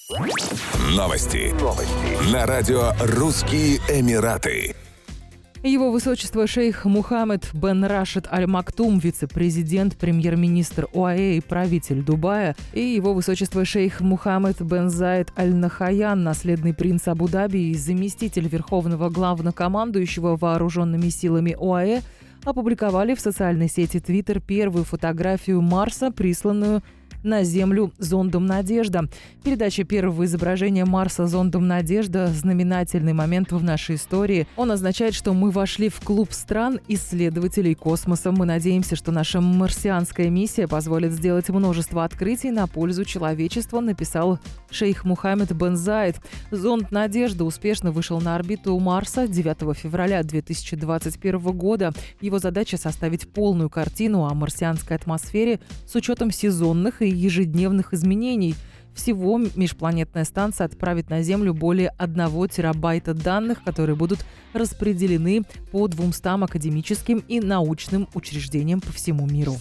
Новости. На радио «Русские Эмираты». Его высочество шейх Мухаммед бен Рашид Аль Мактум, вице-президент, премьер-министр ОАЭ и правитель Дубая, и его высочество шейх Мухаммед бен Заид Аль Нахаян, наследный принц Абу-Даби и заместитель верховного главнокомандующего вооруженными силами ОАЭ, опубликовали в социальной сети Twitter первую фотографию Марса, присланную на Землю зондом «Надежда». Передача первого изображения Марса зондом «Надежда» – знаменательный момент в нашей истории. Он означает, что мы вошли в клуб стран исследователей космоса. Мы надеемся, что наша марсианская миссия позволит сделать множество открытий на пользу человечества, написал шейх Мухаммед бен Заид. Зонд «Надежда» успешно вышел на орбиту Марса 9 февраля 2021 года. Его задача – составить полную картину о марсианской атмосфере с учетом сезонных и ежедневных изменений. Всего межпланетная станция отправит на Землю более 1 терабайта данных, которые будут распределены по 200 академическим и научным учреждениям по всему миру.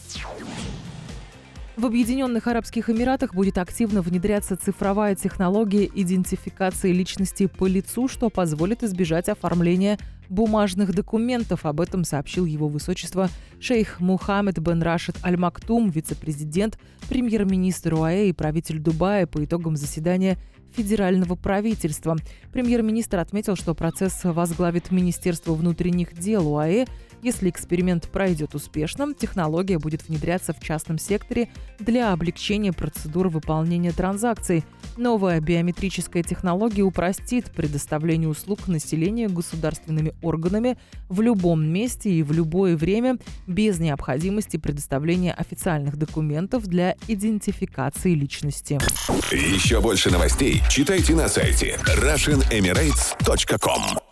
В Объединенных Арабских Эмиратах будет активно внедряться цифровая технология идентификации личности по лицу, что позволит избежать оформления бумажных документов. Об этом сообщил его высочество шейх Мухаммед бен Рашид Аль Мактум, вице-президент, премьер-министр ОАЭ и правитель Дубая по итогам заседания федерального правительства. Премьер-министр отметил, что процесс возглавит Министерство внутренних дел ОАЭ. Если эксперимент пройдет успешно, технология будет внедряться в частном секторе для облегчения процедур выполнения транзакций. Новая биометрическая технология упростит предоставление услуг населению государственными органами в любом месте и в любое время без необходимости предоставления официальных документов для идентификации личности. Еще больше новостей читайте на сайте RussianEmirates.com.